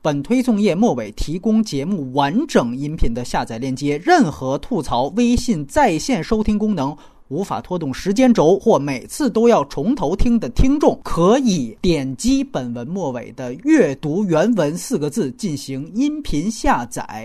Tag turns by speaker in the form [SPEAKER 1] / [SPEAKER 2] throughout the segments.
[SPEAKER 1] 本推送页末尾提供节目完整音频的下载链接，任何吐槽微信在线收听功能无法拖动时间轴或每次都要从头听的听众，可以点击本文末尾的阅读原文4个字进行音频下载。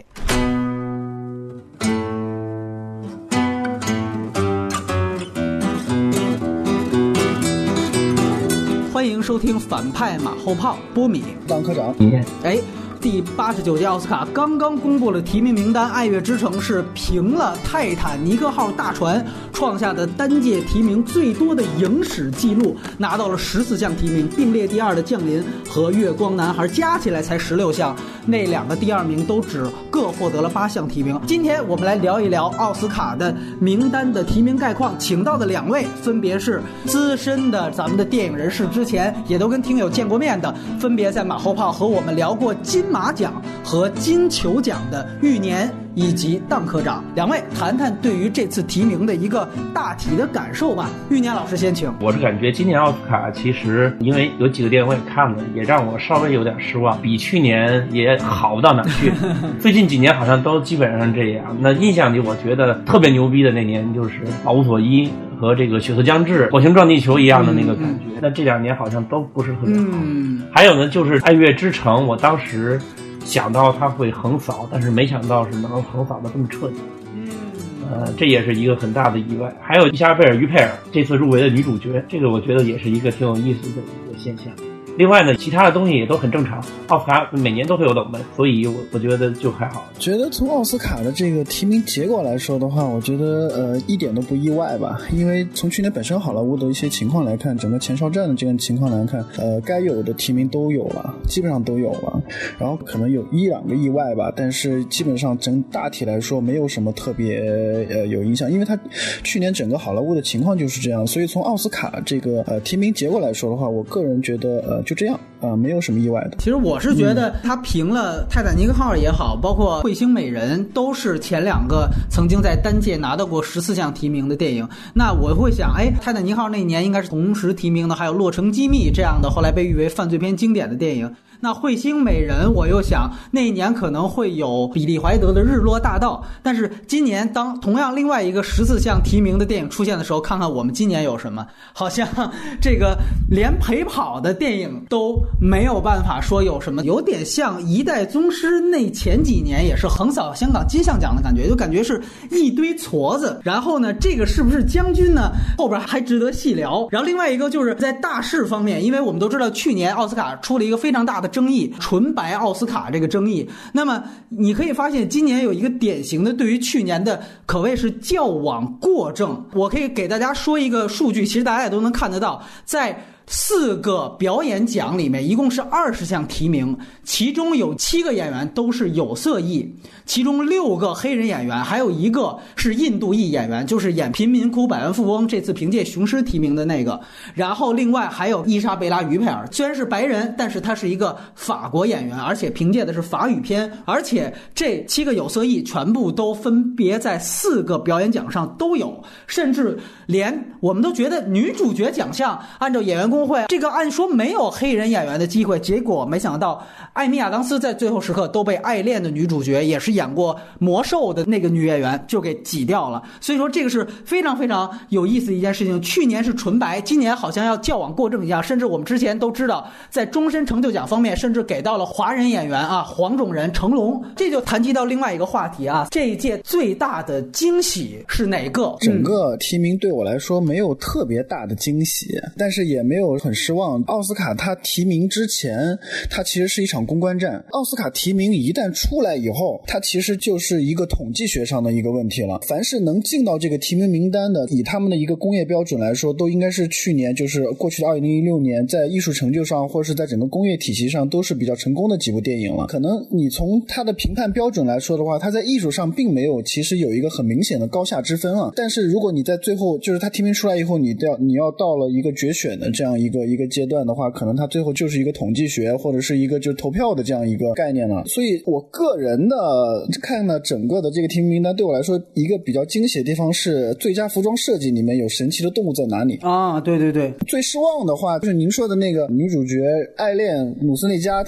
[SPEAKER 1] 欢迎收听反派马后炮，波米
[SPEAKER 2] 当科长。
[SPEAKER 1] 第89届奥斯卡刚刚公布了提名名单，《爱乐之城》是平了泰坦尼克号大船创下的单届提名最多的影史记录，拿到了14项提名，并列第2的《降临》和《月光男孩》加起来才16项，那2个第2名都只各获得了8项提名。今天我们来聊一聊奥斯卡的名单的提名概况，请到的2位分别是资深的咱们的电影人士，之前也都跟听友见过面的，分别在马后炮和我们聊过金马奖和金球奖的玉年以及当科长，2位谈谈对于这次提名的一个大体的感受吧。玉年老师先请。
[SPEAKER 3] 我是感觉今年奥斯卡其实因为有几个电影我也看了，也让我稍微有点失望，比去年也好不到哪去。最近几年好像都基本上这样。那印象里我觉得特别牛逼的那年就是保护索伊和这个血色将至、火星撞地球一样的那个感觉。那这2年好像都不是特别好。还有呢，就是爱乐之城，我当时想到它会横扫，但是没想到是能横扫的这么彻底。这也是一个很大的意外。还有伊莎贝尔·于佩尔这次入围的女主角，这个我觉得也是一个挺有意思的一个现象。另外呢，其他的东西也都很正常，奥斯卡每年都会有冷门，所以我觉得就还好。
[SPEAKER 2] 觉得从奥斯卡的这个提名结果来说的话，我觉得一点都不意外吧，因为从去年本身好莱坞的一些情况来看，整个前哨战的这个情况来看，该有的提名都有了，基本上都有了，然后可能有1-2个意外吧，但是基本上大体来说没有什么特别有影响，因为它去年整个好莱坞的情况就是这样，所以从奥斯卡这个提名结果来说的话，我个人觉得就这样没有什么意外的。
[SPEAKER 1] 其实我是觉得他评了泰坦尼克号也好，包括彗星美人都是前2个曾经在单届拿到过14项提名的电影。那我会想，泰坦尼克号那一年应该是同时提名的还有洛城机密这样的后来被誉为犯罪片经典的电影。那彗星美人我又想那一年可能会有比利怀德的日落大道，但是今年当同样另外一个14项提名的电影出现的时候，看看我们今年有什么，好像这个连陪跑的电影都没有办法说有什么，有点像一代宗师那前几年也是横扫香港金像奖的感觉，就感觉是一堆矬子。然后呢，这个是不是将军呢，后边还值得细聊。然后另外一个就是在大势方面，因为我们都知道去年奥斯卡出了一个非常大的争议，纯白奥斯卡这个争议，那么你可以发现今年有一个典型的对于去年的可谓是矫枉过正。我可以给大家说一个数据，其实大家也都能看得到，在4个表演奖里面一共是20项提名，其中有7个演员都是有色裔，其中6个黑人演员，还有1个是印度裔演员，就是演贫民窟百万富翁这次凭借雄狮提名的那个。然后另外还有伊莎贝拉·于佩尔，虽然是白人，但是他是一个法国演员，而且凭借的是法语片，而且这7个有色裔全部都分别在4个表演奖上都有，甚至连我们都觉得女主角奖项按照演员工会这个按说没有黑人演员的机会，结果没想到艾米亚当斯在最后时刻都被爱恋的女主角也是演过魔兽的那个女演员就给挤掉了。所以说这个是非常非常有意思的一件事情，去年是纯白，今年好像要矫枉过正一样，甚至我们之前都知道在终身成就奖方面甚至给到了华人演员黄种人成龙。这就谈及到另外一个话题这一届最大的惊喜是哪个？
[SPEAKER 2] 整个提名对我来说没有特别大的惊喜，但是也没有很失望。奥斯卡它提名之前它其实是一场公关战，奥斯卡提名一旦出来以后，它其实就是一个统计学上的一个问题了。凡是能进到这个提名名单的，以他们的一个工业标准来说，都应该是去年就是过去的2016年在艺术成就上或是在整个工业体系上都是比较成功的几部电影了。可能你从它的评判标准来说的话，它在艺术上并没有其实有一个很明显的高下之分但是如果你在最后就是它提名出来以后，你要到了一个决选的这样一个阶段的话，可能它最后就是一个统计学或者是一个就投票的这样一个概念了。所以我个人的看了整个的这个提名名单，对我来说一个比较惊喜的地方是最佳服装设计里面有神奇的动物在哪里
[SPEAKER 1] 对对对。
[SPEAKER 2] 最失望的话就是您说的那个女主角爱恋努斯内加，她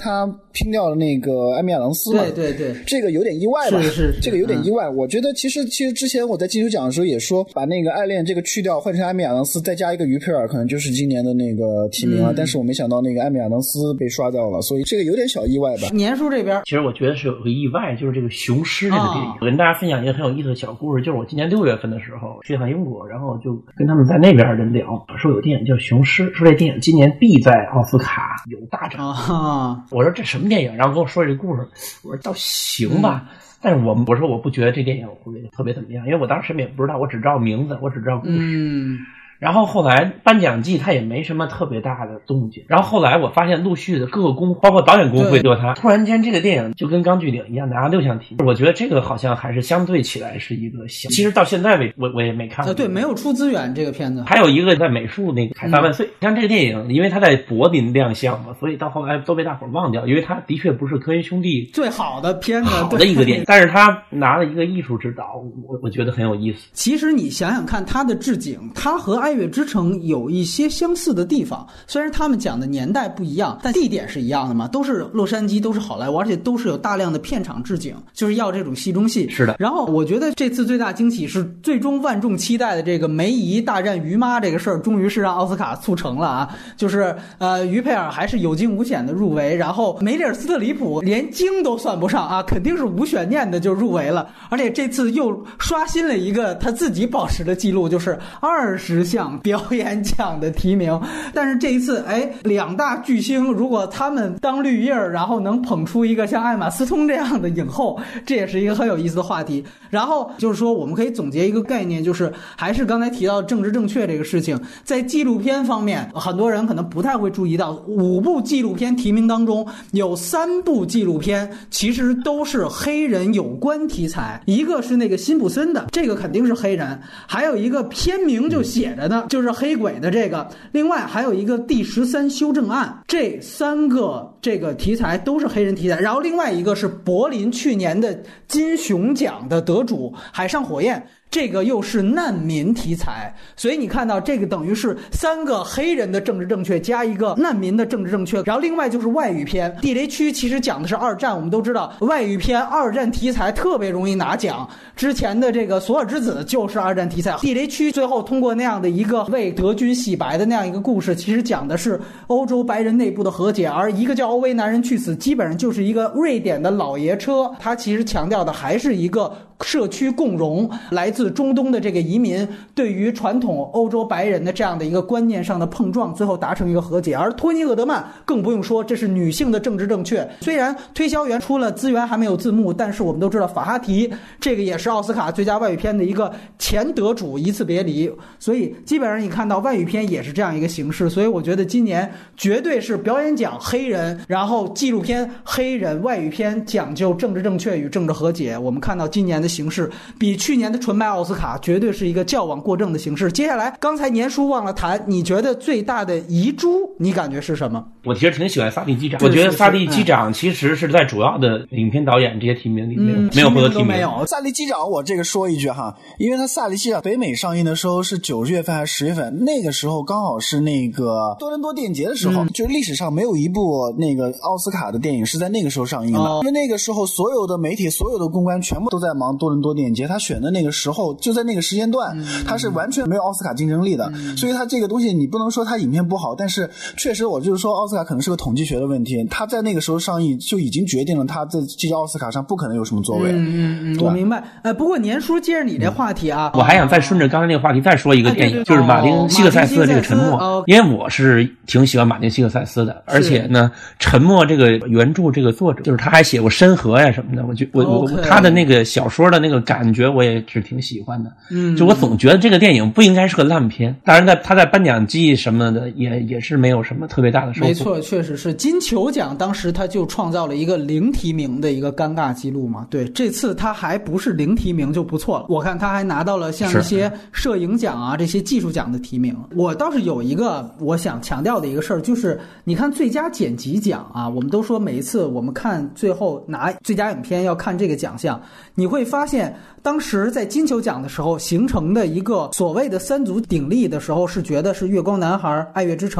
[SPEAKER 2] 拼掉了那个艾米亚朗斯嘛。
[SPEAKER 1] 对对对，
[SPEAKER 2] 这个有点意外吧？
[SPEAKER 1] 是
[SPEAKER 2] 这个有点意外。我觉得其实之前我在金球奖的时候也说，把那个爱恋这个去掉，换成艾米亚朗斯，再加一个于佩尔，可能就是今年的那个提名了。但是我没想到那个艾米亚朗斯被刷掉了，所以这个有点小意外吧。
[SPEAKER 1] 年叔这边，
[SPEAKER 3] 其实我觉得是有个意外，就是这个雄狮这个电影，我跟大家分享一个很有意思的小故事，就是我今年6月份的时候去趟英国，然后就跟他们在那边人聊，说有电影叫雄狮，说这电影今年必在奥斯卡有大展。我说这什么电影？然后跟我说这故事，我说倒行吧。但是我说我不觉得这电影会特别怎么样，因为我当时什么也不知道，我只知道名字，我只知道故事。然后后来颁奖季它也没什么特别大的动静，然后后来我发现陆续的各个工包括导演工会对他，突然间这个电影就跟钢锯岭一样拿了6项提名，我觉得这个好像还是相对起来是一个小，其实到现在我也没看过。
[SPEAKER 1] 对，没有出资源这个片子。还
[SPEAKER 3] 有一个在美术那个凯撒万岁，像这个电影因为他在柏林亮相嘛，所以到后来都被大伙忘掉，因为他的确不是科恩兄弟
[SPEAKER 1] 最好的片子
[SPEAKER 3] 好的一个电影，但是他拿了一个艺术指导，我觉得很有意思。
[SPEAKER 1] 其实你想想看，他的置景，他和爱乐之城有一些相似的地方，虽然他们讲的年代不一样，但地点是一样的嘛，都是洛杉矶，都是好莱坞，而且都是有大量的片场置景，就是要这种戏中戏。
[SPEAKER 3] 是的。
[SPEAKER 1] 然后我觉得这次最大惊喜是最终万众期待的这个梅姨大战于妈这个事儿，终于是让奥斯卡促成了啊！就是于佩尔还是有惊无险的入围，然后梅丽尔·斯特里普连惊都算不上啊，肯定是无悬念的就入围了，而且这次又刷新了一个他自己保持的记录，就是20项表演奖的提名。但是这一次两大巨星如果他们当绿叶，然后能捧出一个像艾玛斯通这样的影后，这也是一个很有意思的话题。然后就是说我们可以总结一个概念，就是还是刚才提到政治正确这个事情，在纪录片方面很多人可能不太会注意到，5部纪录片提名当中有3部纪录片其实都是黑人有关题材，一个是那个辛普森的，这个肯定是黑人，还有一个片名就写着呢，就是黑鬼的这个，另外还有一个第13修正案，这3个这个题材都是黑人题材。然后另外一个是柏林去年的金熊奖的得主海上火焰，这个又是难民题材，所以你看到这个等于是3个黑人的政治正确加一个难民的政治正确。然后另外就是外语片，地雷区其实讲的是2战，我们都知道外语片2战题材特别容易拿奖，之前的这个索尔之子就是2战题材，地雷区最后通过那样的一个为德军洗白的那样一个故事，其实讲的是欧洲白人内部的和解，而一个叫欧维男人去死基本上就是一个瑞典的老爷车，它其实强调的还是一个社区共荣，来自中东的这个移民对于传统欧洲白人的这样的一个观念上的碰撞，最后达成一个和解。而托尼·厄德曼更不用说，这是女性的政治正确。虽然推销员出了资源还没有字幕，但是我们都知道法哈提这个也是奥斯卡最佳外语片的一个前得主，一次别离。所以基本上你看到外语片也是这样一个形式，所以我觉得今年绝对是表演奖黑人，然后纪录片黑人，外语片讲究政治正确与政治和解。我们看到今年的形式比去年的纯白奥斯卡绝对是一个矫枉过正的形式。接下来刚才年叔忘了谈，你觉得最大的遗珠你感觉是什么？
[SPEAKER 3] 我其实挺喜欢萨利机长，我觉得萨利机长其实是在主要的影片导演这些提名里面没有获得提名。
[SPEAKER 1] 没有
[SPEAKER 2] 萨利机长，我这个说一句哈，因为他萨利机长北美上映的时候是9月份还是10月份，那个时候刚好是那个多伦多电影节的时候，就是历史上没有一部那个奥斯卡的电影是在那个时候上映的，因为那个时候所有的媒体所有的公关全部都在忙多伦多电影节，他选的那个时候就在那个时间段，他是完全没有奥斯卡竞争力的，所以他这个东西你不能说他影片不好，但是确实我就是说奥斯卡可能是个统计学的问题，他在那个时候上映就已经决定了他在这届奥斯卡上不可能有什么作为。
[SPEAKER 1] 我明白。不过年叔接着你这话题啊，
[SPEAKER 3] 我还想再顺着刚才那个话题再说一个电影，就是马丁·希克塞斯的这个《沉默》，因为我是挺喜欢马丁·希克塞斯的，而且呢，《沉默》这个原著这个作者，就是他还写过《深河》呀什么的，我他的那个小说的那个感觉我也是挺喜欢的。就我总觉得这个电影不应该是个烂片，当然他在颁奖季什么的也是没有什么特别大的收获。
[SPEAKER 1] 没错，确实是金球奖当时他就创造了一个0提名的一个尴尬记录嘛。对，这次他还不是0提名就不错了，我看他还拿到了像一些摄影奖啊这些技术奖的提名。我倒是有一个我想强调的一个事儿，就是你看最佳剪辑奖啊，我们都说每一次我们看最后拿最佳影片要看这个奖项，你会发现当时在金球奖的时候形成的一个所谓的3足鼎立的时候，是觉得是月光男孩、爱乐之城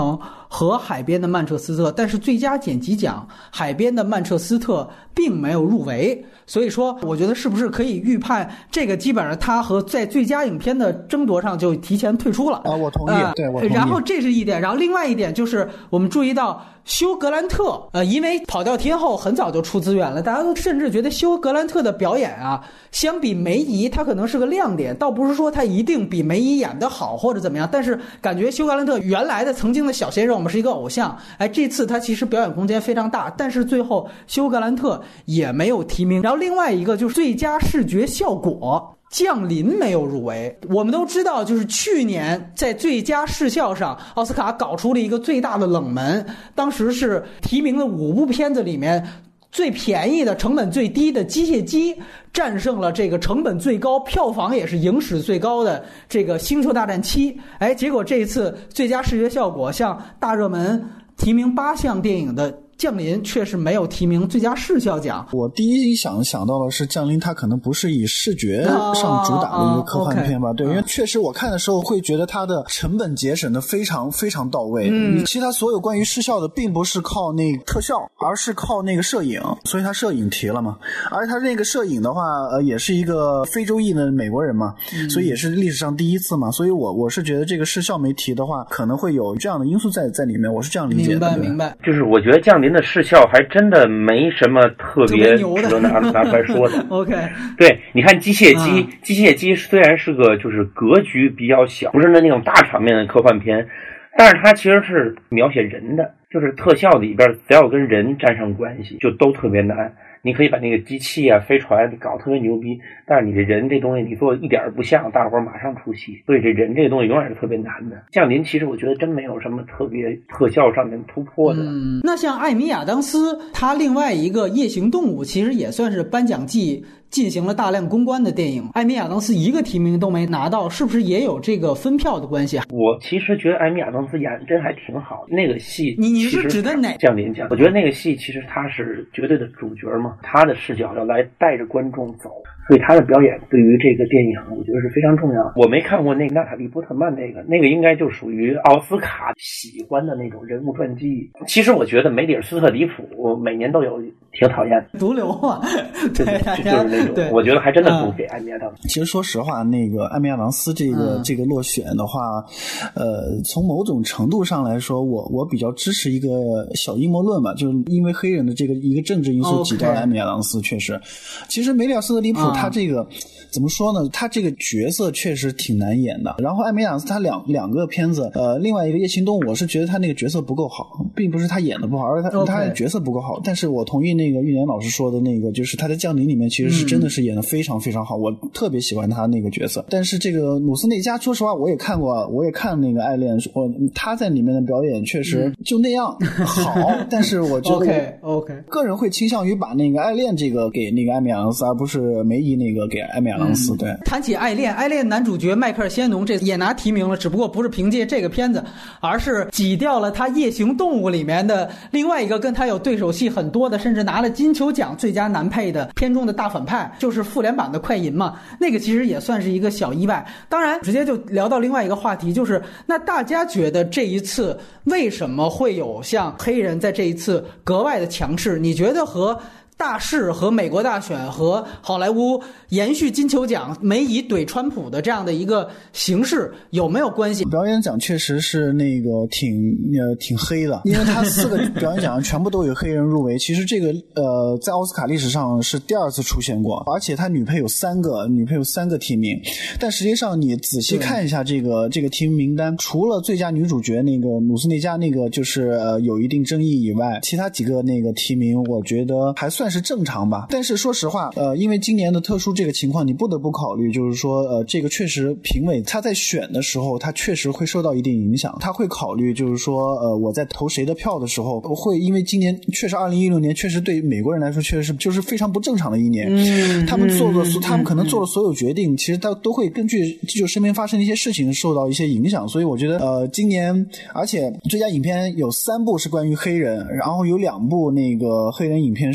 [SPEAKER 1] 和海边的曼彻斯特，但是最佳剪辑奖海边的曼彻斯特并没有入围。所以说我觉得是不是可以预判这个基本上他和在最佳影片的争夺上就提前退出了
[SPEAKER 2] 啊？我同意，对，我同意。
[SPEAKER 1] 然后这是一点，然后另外一点就是我们注意到休格兰特，因为跑调天后很早就出资源了，大家都甚至觉得休格兰特的表演啊，相比梅姨他可能是个亮点，倒不是说他一定比梅姨演得好或者怎么样，但是感觉休格兰特原来的曾经的小鲜肉，我们是一个偶像，这次他其实表演空间非常大，但是最后休格兰特也没有提名。然后另外一个就是最佳视觉效果，降临没有入围。我们都知道，就是去年在最佳视效上，奥斯卡搞出了一个最大的冷门，当时是提名的5部片子里面最便宜的、成本最低的《机械姬》战胜了这个成本最高、票房也是影史最高的这个《星球大战7》。结果这一次最佳视觉效果，像大热门提名8项电影的降临却是没有提名最佳视效奖。
[SPEAKER 2] 我第一想到的是降临，它可能不是以视觉上主打的一个科幻片吧？对，因为确实我看的时候会觉得它的成本节省的非常非常到位。其实它所有关于视效的并不是靠那个特效，而是靠那个摄影，所以它摄影提了嘛。而它那个摄影的话，也是一个非洲裔的美国人嘛，所以也是历史上第一次嘛。所以我是觉得这个视效没提的话，可能会有这样的因素在里面。我是这样理解的。
[SPEAKER 1] 明白。
[SPEAKER 3] 就是我觉得降临的视效还真的没什么特别值得拿出来说的。
[SPEAKER 1] OK，
[SPEAKER 3] 对，你看机械姬，机械姬虽然是个就是格局比较小，不是那种大场面的科幻片，但是它其实是描写人的，就是特效里边只要跟人沾上关系，就都特别难。你可以把那个机器啊、飞船搞特别牛逼，但是你这人这东西你做一点不像，大伙儿马上出戏。所以这人这个东西永远是特别难的。降临其实我觉得真没有什么特别特效上面突破的。
[SPEAKER 1] 那像艾米亚当斯，他另外一个夜行动物其实也算是颁奖季进行了大量公关的电影，艾米亚当斯一个提名都没拿到，是不是也有这个分票的关系？
[SPEAKER 3] 我其实觉得艾米亚当斯演真还挺好，那个戏
[SPEAKER 1] 你是指的哪？
[SPEAKER 3] 降临奖，我觉得那个戏其实他是绝对的主角嘛，他的视角要来带着观众走，所以他的表演对于这个电影我觉得是非常重要。我没看过那个娜塔莉波特曼那个应该就属于奥斯卡喜欢的那种人物传记。其实我觉得梅里尔斯特里普每年都有挺讨厌的
[SPEAKER 1] 毒瘤啊，
[SPEAKER 3] 对，就是那种，我觉得还真的不给艾米亚当斯。
[SPEAKER 2] 其实说实话，那个艾米亚当斯这个落选的话，从某种程度上来说，我比较支持一个小阴谋论吧，就是因为黑人的这个一个政治因素挤掉了艾米亚当斯。确实，其实梅里尔斯特里普他这个怎么说呢？他这个角色确实挺难演的。然后艾米亚当斯他两个片子，另外一个夜行动物，我是觉得他那个角色不够好，并不是他演的不好，而是他角色不够好。但是我同意那个玉年老师说的那个，就是他在降临里面其实是真的是演得非常非常好，我特别喜欢他那个角色。但是这个努斯内加，说实话我也看那个爱恋，他在里面的表演确实就那样好，但是我觉得
[SPEAKER 1] OK
[SPEAKER 2] 个人会倾向于把那个爱恋这个给那个艾米亚当斯，而不是梅姨那个给艾米亚当斯。对，
[SPEAKER 1] 谈起爱恋男主角迈克尔·谢农这也拿提名了，只不过不是凭借这个片子，而是挤掉了他夜行动物里面的另外一个跟他有对手戏很多的，甚至拿了金球奖最佳男配的片中的大反派，就是复联版的快银嘛，那个其实也算是一个小意外。当然直接就聊到另外一个话题，就是那大家觉得这一次为什么会有像黑人在这一次格外的强势？你觉得和大势和美国大选和好莱坞延续金球奖梅姨怼川普的这样的一个形式有没有关系？
[SPEAKER 2] 表演奖确实是那个挺黑的，因为他4个表演奖全部都有黑人入围。其实这个在奥斯卡历史上是第2次出现过，而且他女配有3个提名。但实际上你仔细看一下这个提名名单，除了最佳女主角那个努斯内加那个就是有一定争议以外，其他几个那个提名我觉得还算是正常吧。但是说实话因为今年的特殊这个情况，你不得不考虑就是说这个确实评委他在选的时候他确实会受到一定影响，他会考虑就是说我在投谁的票的时候会，因为今年确实2016年确实对美国人来说确实是就是非常不正常的一年，他们可能做的所有决定其实都会根据就身边发生的一些事情受到一些影响。所以我觉得今年而且最佳影片有3部是关于黑人，然后有2部那个黑人影片是由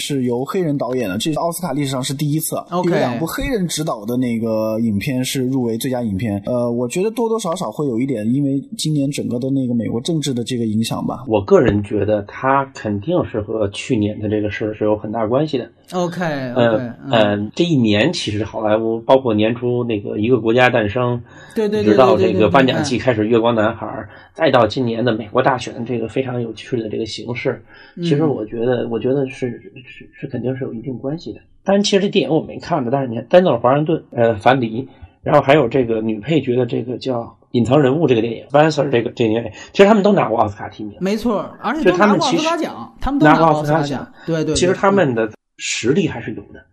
[SPEAKER 2] 黑人导演的，这是奥斯卡历史上是第一次。
[SPEAKER 1] Okay.
[SPEAKER 2] 有2部黑人执导的那个影片是入围最佳影片。我觉得多多少少会有一点，因为今年整个的那个美国政治的这个影响吧。
[SPEAKER 3] 我个人觉得它肯定是和去年的这个事是有很大关系的。
[SPEAKER 1] OK，
[SPEAKER 3] 这一年其实好莱坞包括年初那个一个国家诞生，
[SPEAKER 1] 对，
[SPEAKER 3] 直到这个颁奖季开始月光男孩，再到今年的美国大选这个非常有趣的这个形式，其实我觉得是肯定是有一定关系的。当然其实这电影我没看的，但是你看丹泽尔·华盛顿、樊梨，然后还有这个女配角的这个叫隐藏人物这个电影 Spencer 这个电影，其实他们都拿过奥斯卡提名。
[SPEAKER 1] 没错，而且都拿过奥斯卡奖，他们都
[SPEAKER 3] 拿过
[SPEAKER 1] 奥斯卡奖。对，
[SPEAKER 3] 其实他们的实力还是有的。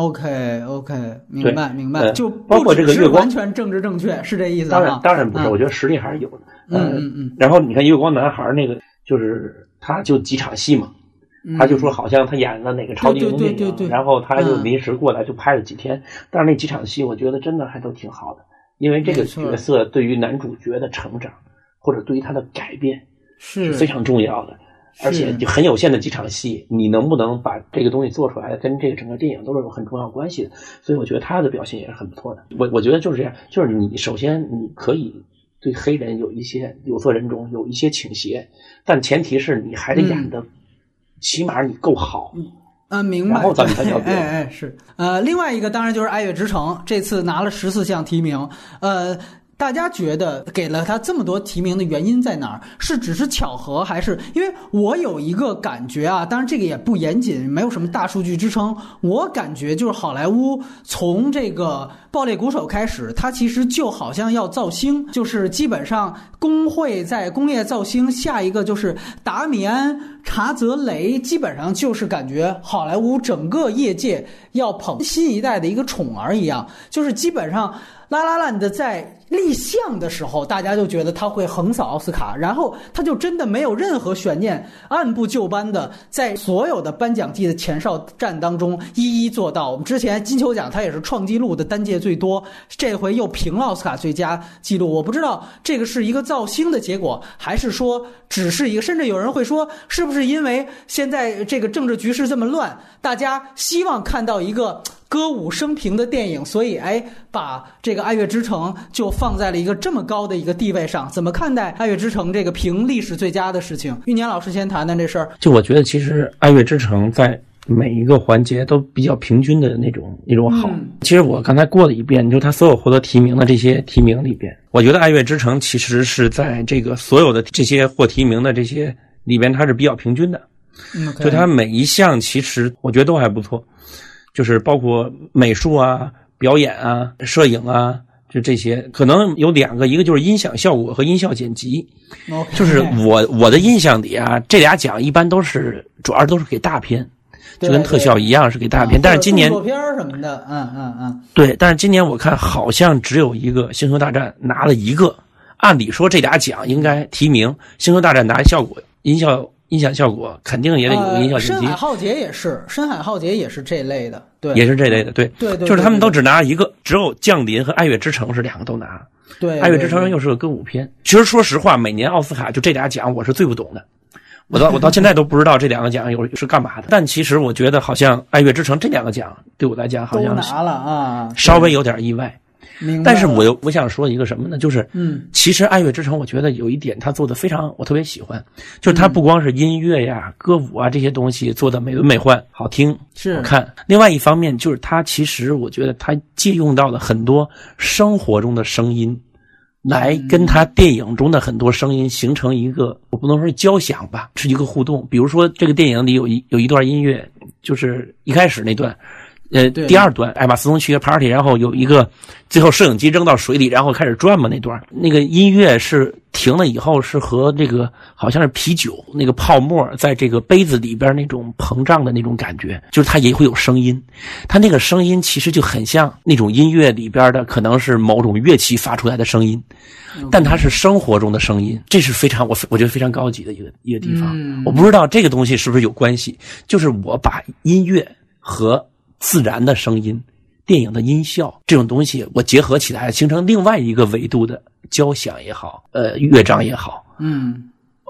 [SPEAKER 1] OK， 明白，就
[SPEAKER 3] 包括这个月光
[SPEAKER 1] 完全政治正确是这意思啊？
[SPEAKER 3] 当然不是，我觉得实力还是有的。然后你看月光男孩那个，就是他就几场戏嘛，他就说好像他演了哪个超级英雄电影，然后他就临时过来就拍了几天，但是那几场戏我觉得真的还都挺好的，因为这个角色对于男主角的成长或者对于他的改变是非常重要的。而且就很有限的几场戏，你能不能把这个东西做出来，跟这个整个电影都是有很重要关系的。所以我觉得他的表现也是很不错的。我觉得就是这样，就是你首先你可以对黑人有一些有色人种有一些倾斜，但前提是你还得演的，起码你够好。
[SPEAKER 1] 明白。
[SPEAKER 3] 然后咱们才叫
[SPEAKER 1] 是。另外一个当然就是《爱乐之城》，这次拿了14项提名。大家觉得给了他这么多提名的原因在哪儿？是只是巧合，还是因为我有一个感觉啊？当然这个也不严谨，没有什么大数据支撑。我感觉就是好莱坞从这个爆裂鼓手开始，他其实就好像要造星，就是基本上工会在工业造星，下一个就是达米安·查泽雷，基本上就是感觉好莱坞整个业界要捧新一代的一个宠儿一样，就是基本上拉拉烂的在立项的时候，大家就觉得他会横扫奥斯卡，然后他就真的没有任何悬念，按部就班的在所有的颁奖季的前哨战当中一一做到。我们之前金球奖他也是创纪录的单届最多，这回又平了奥斯卡最佳纪录。我不知道这个是一个造星的结果，还是说只是一个，甚至有人会说是不是因为现在这个政治局势这么乱，大家希望看到一个歌舞升平的电影，所以把这个《爱乐之城》就放在了一个这么高的一个地位上。怎么看待《爱乐之城》这个评历史最佳的事情？玉年老师先谈谈这事儿。
[SPEAKER 3] 就我觉得其实《爱乐之城》在每一个环节都比较平均的那种好。其实我刚才过了一遍，就他所有获得提名的这些提名里边，我觉得《爱乐之城》其实是在这个所有的这些获提名的这些里边，它是比较平均的。就它每一项其实我觉得都还不错。就是包括美术啊、表演啊、摄影啊，就这些，可能有2个，一个就是音响效果和音效剪辑。就是我的印象里啊，这俩奖一般主要都是给大片，就跟特效一样是给大片。但是今年
[SPEAKER 1] 动作片什么的，
[SPEAKER 3] 对，但是今年我看好像只有一个《星球大战》拿了1个。按理说这俩奖应该提名，《星球大战》拿效果音响效果肯定也得有音效剪辑。
[SPEAKER 1] 深海浩劫也是这类的，对，
[SPEAKER 3] 也是这类的，对，就是他们都只拿1个，只有降临和爱乐之城是2个都拿。
[SPEAKER 1] 对，
[SPEAKER 3] 爱乐之城又是个歌舞片。其实说实话，每年奥斯卡就这俩奖我是最不懂的，我到现在都不知道这2个奖是干嘛的。但其实我觉得好像爱乐之城这2个奖对我来讲好像
[SPEAKER 1] 都拿了啊，
[SPEAKER 3] 稍微有点意外。但是我想说一个什么呢？就是其实《爱乐之城》我觉得有一点他做的非常，我特别喜欢，就是他不光是音乐呀、歌舞啊这些东西做的美轮美奂、好听、好看。另外一方面就是他其实我觉得他借用到了很多生活中的声音，来跟他电影中的很多声音形成一个，我不能说是交响吧，是一个互动。比如说这个电影里有一段音乐，就是一开始那段。第2段艾玛斯通去个 party， 然后有一个最后摄影机扔到水里，然后开始转嘛，那段那个音乐是停了以后是和这个好像是啤酒那个泡沫在这个杯子里边那种膨胀的那种感觉，就是它也会有声音，它那个声音其实就很像那种音乐里边的可能是某种乐器发出来的声音，但它是生活中的声音，这是非常我觉得非常高级的一个地方。我不知道这个东西是不是有关系，就是我把音乐和自然的声音、电影的音效这种东西，我结合起来，形成另外一个维度的交响也好，乐章也好，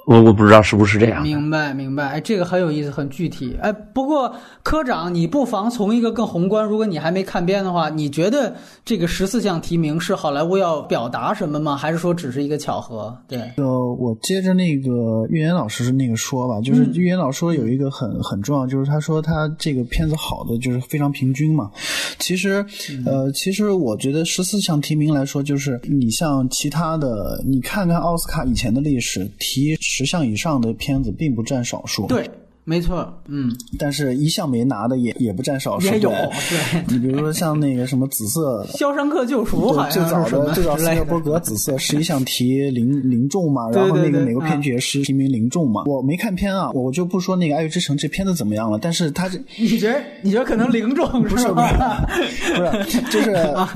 [SPEAKER 3] 我不知道是不是这样。
[SPEAKER 1] 明白。哎，这个很有意思，很具体。哎，不过科长，你不妨从一个更宏观，如果你还没看片的话，你觉得这个14项提名是好莱坞要表达什么吗？还是说只是一个巧合？对，
[SPEAKER 2] 我接着那个岳岩老师那个说吧，就是岳岩老师说有一个很重要，就是他说他这个片子好的就是非常平均嘛。其实我觉得14项提名来说，就是你像其他的，你看看奥斯卡以前的历史，提10项以上的片子并不占少数。
[SPEAKER 1] 对，没错，
[SPEAKER 2] 但是1项没拿的也不占少数，
[SPEAKER 1] 也有。
[SPEAKER 2] 对，你比如说像那个什么紫色，
[SPEAKER 1] 肖申克救赎好像是
[SPEAKER 2] 最早斯皮尔伯格紫色11项提零中嘛，然后那个美国片决10提名0中嘛。我没看片啊，我就不说那个《爱乐之城》这片子怎么样了，但是他
[SPEAKER 1] 你觉得可能0中
[SPEAKER 2] 不是就是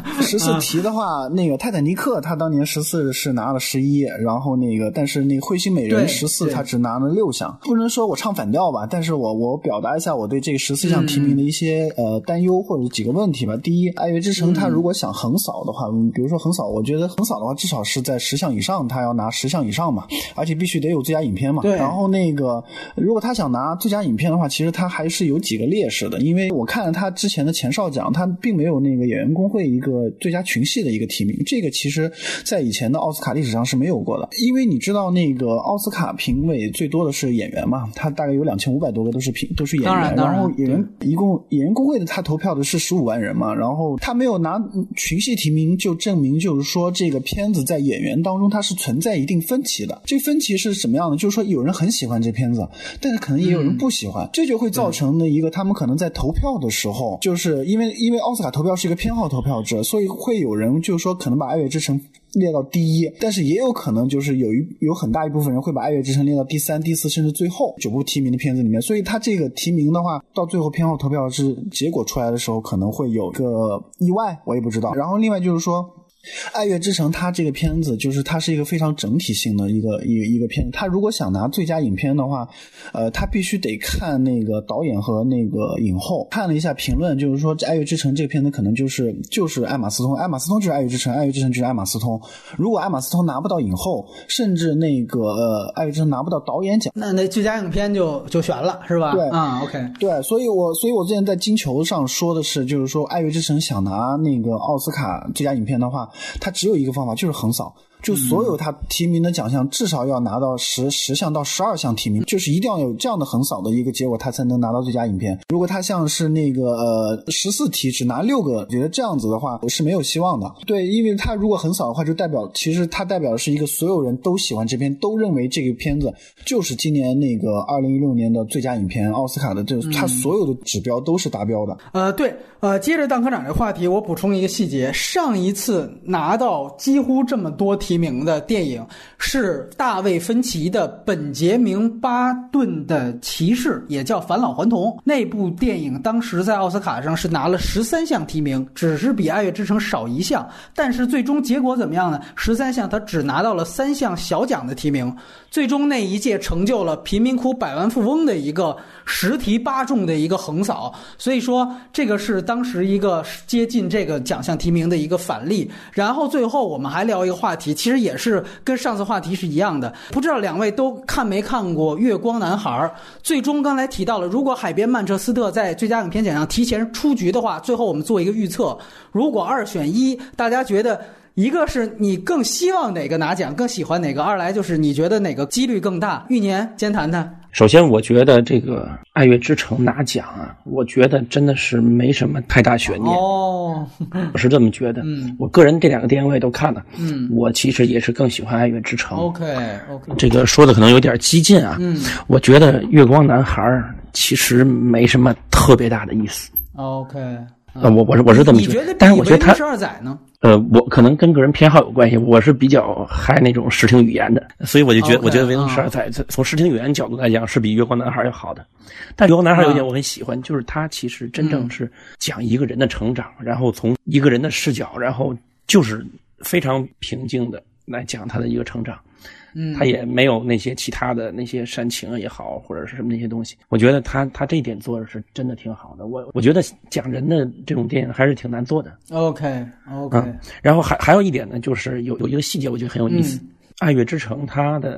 [SPEAKER 2] 14题的话，那个泰坦尼克他当年14是拿了11，然后那个但是那个彗星美人14他只拿了6项，不能说我唱反调吧，但是我表达一下我对这个14项提名的一些担忧或者几个问题吧。第一，爱乐之城他如果想横扫的话，比如说横扫，我觉得横扫的话至少是在10项以上，他要拿10项以上嘛，而且必须得有最佳影片嘛。
[SPEAKER 1] 对。
[SPEAKER 2] 然后那个如果他想拿最佳影片的话，其实他还是有几个劣势的，因为我看了他之前的前哨奖，他并没有那个演员工会一个最佳群戏的一个提名，这个其实在以前的奥斯卡历史上是没有过的。因为你知道那个奥斯卡评委最多的是演员嘛，他大概有2500多个都是演员，然后演员工会的他投票的是15万人嘛，然后他没有拿群戏提名，就证明就是说这个片子在演员当中它是存在一定分歧的。这分歧是什么样的？就是说有人很喜欢这片子，但是可能也有人不喜欢，这就会造成的一个他们可能在投票的时候，就是因为奥斯卡投票是一个偏好投票制，所以会有人就是说可能把《爱乐之城》列到第一，但是也有可能就是有很大一部分人会把《爱乐之城》列到第3、第4，甚至最后9部提名的片子里面。所以他这个提名的话，到最后偏好投票是结果出来的时候，可能会有个意外，我也不知道。然后另外就是说，爱乐之城它这个片子就是它是一个非常整体性的一个片子，它如果想拿最佳影片的话，它必须得看那个导演和那个影后。看了一下评论，就是说爱乐之城这个片子可能就是艾玛斯通就是爱乐之城，爱乐之城就是艾玛斯通。如果艾玛斯通拿不到影后，甚至那个爱乐之城拿不到导演奖，
[SPEAKER 1] 那最佳影片就选了是吧？
[SPEAKER 2] 对
[SPEAKER 1] OK，
[SPEAKER 2] 对，所以我之前在金球上说的是，就是说爱乐之城想拿那个奥斯卡最佳影片的话，它只有一个方法，就是横扫。就所有他提名的奖项至少要拿到10项到12项提名，就是一定要有这样的横扫的一个结果，他才能拿到最佳影片。如果他像是那个14题只拿6个，觉得这样子的话是没有希望的。对，因为他如果横扫的话，就代表其实他代表的是一个所有人都喜欢这片，都认为这个片子就是今年那个2016年的最佳影片，奥斯卡的这他所有的指标都是达标的。
[SPEAKER 1] 对，接着邓科长这个话题，我补充一个细节，上一次拿到几乎这么多提名的电影是大卫芬奇的本杰明巴顿的骑士，也叫返老还童。那部电影当时在奥斯卡上是拿了13项提名，只是比爱乐之城少1项，但是最终结果怎么样呢？13项他只拿到了3项小奖的提名，最终那一届成就了贫民窟百万富翁的一个10题8中的一个横扫。所以说这个是当时一个接近这个奖项提名的一个反例。然后最后我们还聊一个话题，其实也是跟上次话题是一样的，不知道两位都看没看过《月光男孩》。最终刚才提到了，如果海边曼彻斯特在最佳影片奖项提前出局的话，最后我们做一个预测，如果2选1，大家觉得一个是你更希望哪个拿奖，更喜欢哪个，二来就是你觉得哪个几率更大。玉年先谈谈。
[SPEAKER 3] 首先我觉得这个爱乐之城拿奖啊，我觉得真的是没什么太大悬念哦，我是这么觉得。我个人这2个电影我也都看了，我其实也是更喜欢爱乐之城。
[SPEAKER 1] OK，
[SPEAKER 3] 这个说的可能有点激进啊，我觉得月光男孩其实没什么特别大的意思。
[SPEAKER 1] OK，
[SPEAKER 3] 我是这么觉得，但是我觉得他
[SPEAKER 1] 12载呢？
[SPEAKER 3] 我可能跟个人偏好有关系，我是比较嗨那种视听语言的，所以我就觉得，我觉得维登12载从视听语言角度来讲是比月光男孩要好的。但月光男孩有一点我很喜欢，就是他其实真正是讲一个人的成长，然后从一个人的视角，然后就是非常平静的来讲他的一个成长。他也没有那些其他的那些煽情也好，或者是什么那些东西。我觉得他这一点做的是真的挺好的。我觉得讲人的这种电影还是挺难做的。OK， 然后还有一点呢，就是有一个细节我觉得很有意思。爱乐之城它的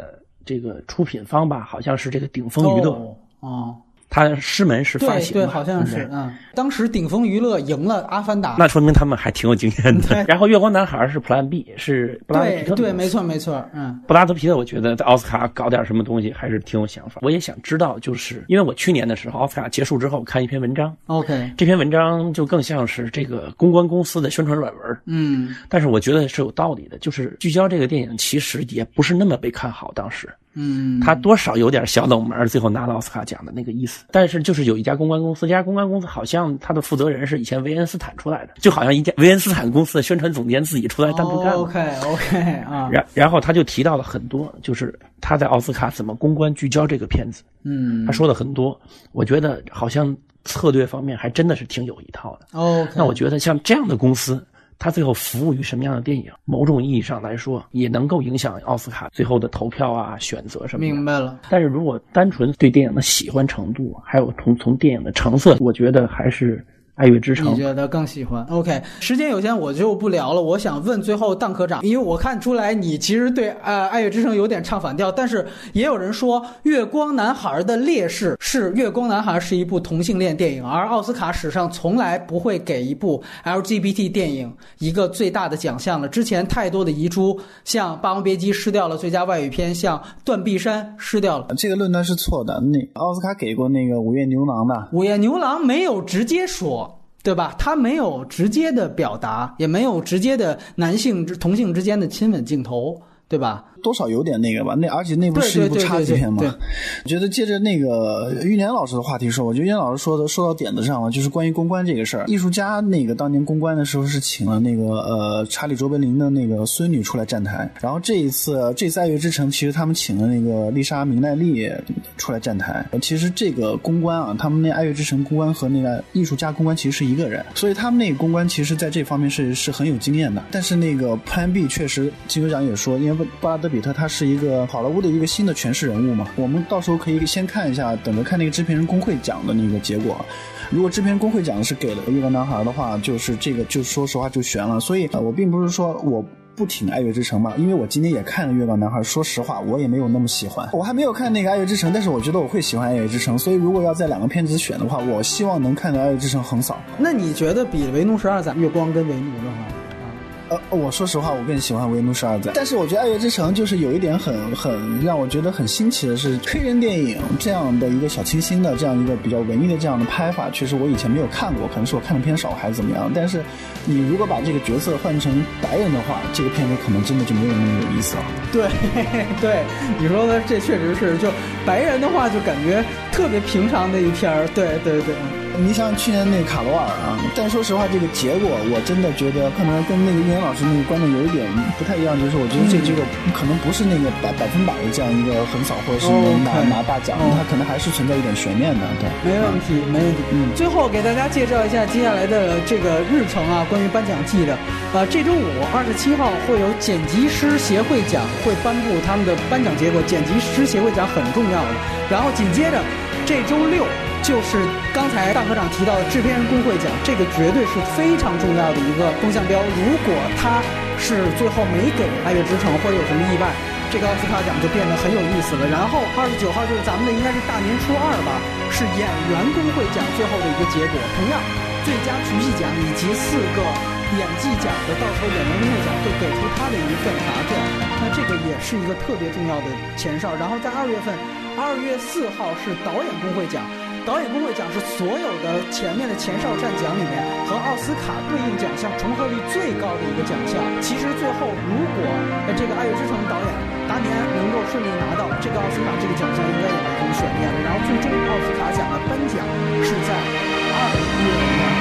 [SPEAKER 3] 这个出品方吧，好像是这个顶峰娱乐
[SPEAKER 1] 哦。
[SPEAKER 3] 他师门是发行
[SPEAKER 1] 对，好像是当时顶峰娱乐赢了阿凡达，
[SPEAKER 3] 那说明他们还挺有经验的。然后月光男孩是 Plan B， 是布拉德皮特。
[SPEAKER 1] 对，没错。
[SPEAKER 3] 布拉德皮特我觉得在奥斯卡搞点什么东西还是挺有想法。我也想知道，就是因为我去年的时候奥斯卡结束之后看一篇文章
[SPEAKER 1] ，OK，
[SPEAKER 3] 这篇文章就更像是这个公关公司的宣传软文，但是我觉得是有道理的，就是聚焦这个电影其实也不是那么被看好，当时。他多少有点小冷门，最后拿了奥斯卡奖的那个意思。但是就是有一家公关公司，这家公关公司好像他的负责人是以前维恩斯坦出来的，就好像一家维恩斯坦公司的宣传总监自己出来单独干。
[SPEAKER 1] OK 啊。
[SPEAKER 3] 然后他就提到了很多，就是他在奥斯卡怎么公关聚焦这个片子。他说了很多，我觉得好像策略方面还真的是挺有一套的。
[SPEAKER 1] OK，
[SPEAKER 3] 那我觉得像这样的公司。他最后服务于什么样的电影，某种意义上来说也能够影响奥斯卡最后的投票啊选择什么的。
[SPEAKER 1] 明白了。
[SPEAKER 3] 但是如果单纯对电影的喜欢程度，还有从电影的成色，我觉得还是爱乐之城。
[SPEAKER 1] 你觉得更喜欢 ？OK， 时间有限，我就不聊了。我想问最后邓科长，因为我看出来你其实对爱乐之城有点唱反调，但是也有人说月光男孩的劣势是月光男孩是一部同性恋电影，而奥斯卡史上从来不会给一部 LGBT 电影一个最大的奖项了。之前太多的遗珠，像《霸王别姬》失掉了最佳外语片，像《断臂山》失掉了。
[SPEAKER 2] 这个论断是错的。那奥斯卡给过那个《午夜牛郎》的，《
[SPEAKER 1] 午夜牛郎》没有直接说。对吧？他没有直接的表达，也没有直接的同性之间的亲吻镜头，对吧？
[SPEAKER 2] 多少有点那个吧，而且那部是一部插曲片嘛。我觉得接着那个玉年老师的话题说，我觉得玉年老师说到点子上了，就是关于公关这个事儿。艺术家那个当年公关的时候是请了那个查理卓别林的那个孙女出来站台，然后这次爱乐之城其实他们请了那个丽莎明奈利出来站台。其实这个公关啊，他们那爱乐之城公关和那个艺术家公关其实是一个人，所以他们那个公关其实在这方面是很有经验的。但是那个 Plan B 确实金球奖也说，因为布拉德比特他是一个好莱坞的一个新的诠释人物嘛，我们到时候可以先看一下，等着看那个制片人工会奖的那个结果。如果制片人工会奖是给了月光男孩的话，就是这个就说实话就悬了。所以我并不是说我不挺爱乐之城嘛，因为我今天也看了月光男孩，说实话我也没有那么喜欢。我还没有看那个爱乐之城，但是我觉得我会喜欢爱乐之城，所以如果要在两个片子选的话，我希望能看到爱乐之城横扫。
[SPEAKER 1] 那你觉得比维奴12载月光跟维奴的话？
[SPEAKER 2] 我说实话，我更喜欢维奴12载，但是我觉得爱乐之城就是有一点很让我觉得很新奇的是，黑人电影这样的一个小清新的这样一个比较文艺的这样的拍法，确实我以前没有看过，可能是我看的偏少还是怎么样。但是你如果把这个角色换成白人的话，这个片子可能真的就没有那么有意思了。
[SPEAKER 1] 对，你说的这确实是，就白人的话就感觉特别平常的一片儿。对。
[SPEAKER 2] 你像去年那个卡罗尔啊，但说实话，这个结果我真的觉得可能跟那个叶岩老师那个观点有一点不太一样，就是我觉得这个可能不是那个百分百的这样一个横扫或者是拿大奖，它可能还是存在一点悬念的。对，
[SPEAKER 1] 没问题。最后给大家介绍一下接下来的这个日程啊，关于颁奖季的。这周五27号会有剪辑师协会奖会颁布他们的颁奖结果，剪辑师协会奖很重要的。然后紧接着这周六就是刚才大科长提到的制片人工会奖，这个绝对是非常重要的一个风向标。如果他是最后没给爱乐之城或者有什么意外，这个奥斯卡奖就变得很有意思了。然后29号就是咱们的应该是大年初2吧，是演员工会奖最后的一个结果。同样，最佳曲戏奖以及4个演技奖的到时候演员工会奖会给出他的一份答卷，那这个也是一个特别重要的前哨。然后在2月份，2月4号是导演工会奖。导演工会奖是所有的前面的前哨战奖里面和奥斯卡对应奖项重合率最高的一个奖项。其实最后如果这个爱乐之城导演达尼安能够顺利拿到这个奥斯卡这个奖项，应该也没什么悬念了。然后最终奥斯卡奖的颁奖是在2月2